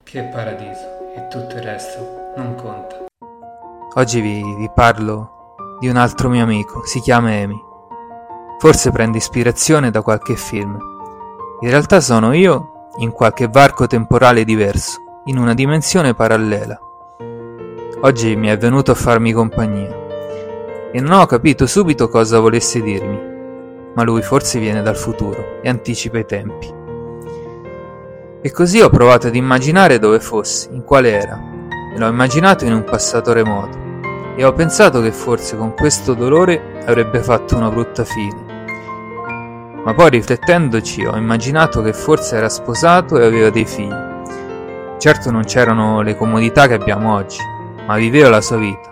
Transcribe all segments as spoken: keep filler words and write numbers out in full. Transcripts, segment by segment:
Che paradiso, e tutto il resto non conta. Oggi vi, vi parlo di un altro mio amico, si chiama Amy. Forse prende ispirazione da qualche film. In realtà sono io in qualche varco temporale diverso, in una dimensione parallela. Oggi mi è venuto a farmi compagnia e non ho capito subito cosa volesse dirmi, ma lui forse viene dal futuro e anticipa i tempi. E così ho provato ad immaginare dove fosse, in quale era, e l'ho immaginato in un passato remoto, e ho pensato che forse con questo dolore avrebbe fatto una brutta fine. Ma poi riflettendoci ho immaginato che forse era sposato e aveva dei figli. Certo non c'erano le comodità che abbiamo oggi, ma viveva la sua vita.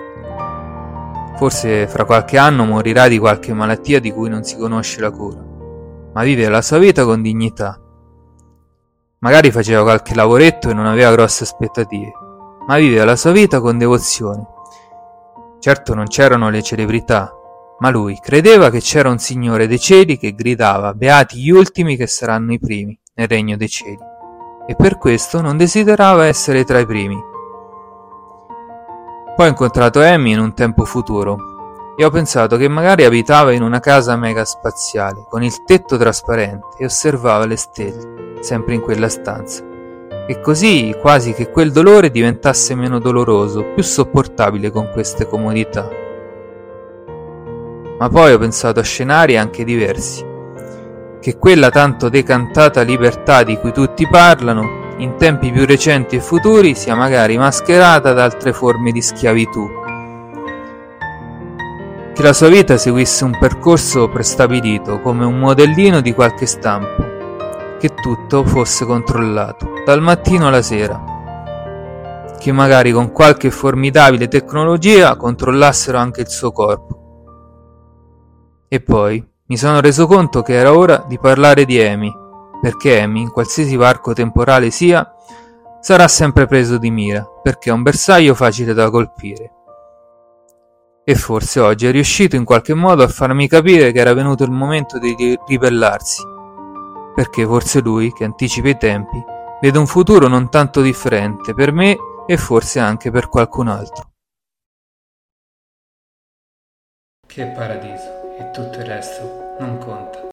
Forse fra qualche anno morirà di qualche malattia di cui non si conosce la cura, ma viveva la sua vita con dignità. Magari faceva qualche lavoretto e non aveva grosse aspettative, ma viveva la sua vita con devozione. Certo non c'erano le celebrità, ma lui credeva che c'era un Signore dei cieli che gridava «Beati gli ultimi che saranno i primi nel regno dei cieli», e per questo non desiderava essere tra i primi. Poi ho incontrato Amy in un tempo futuro e ho pensato che magari abitava in una casa mega spaziale con il tetto trasparente e osservava le stelle, sempre in quella stanza, e così quasi che quel dolore diventasse meno doloroso, più sopportabile con queste comodità. Ma poi ho pensato a scenari anche diversi, che quella tanto decantata libertà di cui tutti parlano, in tempi più recenti e futuri, sia magari mascherata da altre forme di schiavitù. Che la sua vita seguisse un percorso prestabilito, come un modellino di qualche stampo, che tutto fosse controllato, dal mattino alla sera, che magari con qualche formidabile tecnologia controllassero anche il suo corpo. E poi mi sono reso conto che era ora di parlare di Amy, perché Amy, in qualsiasi varco temporale sia, sarà sempre preso di mira, perché è un bersaglio facile da colpire. E forse oggi è riuscito in qualche modo a farmi capire che era venuto il momento di ribellarsi, perché forse lui, che anticipa i tempi, vede un futuro non tanto differente per me e forse anche per qualcun altro. Che paradiso, e tutto il resto non conta.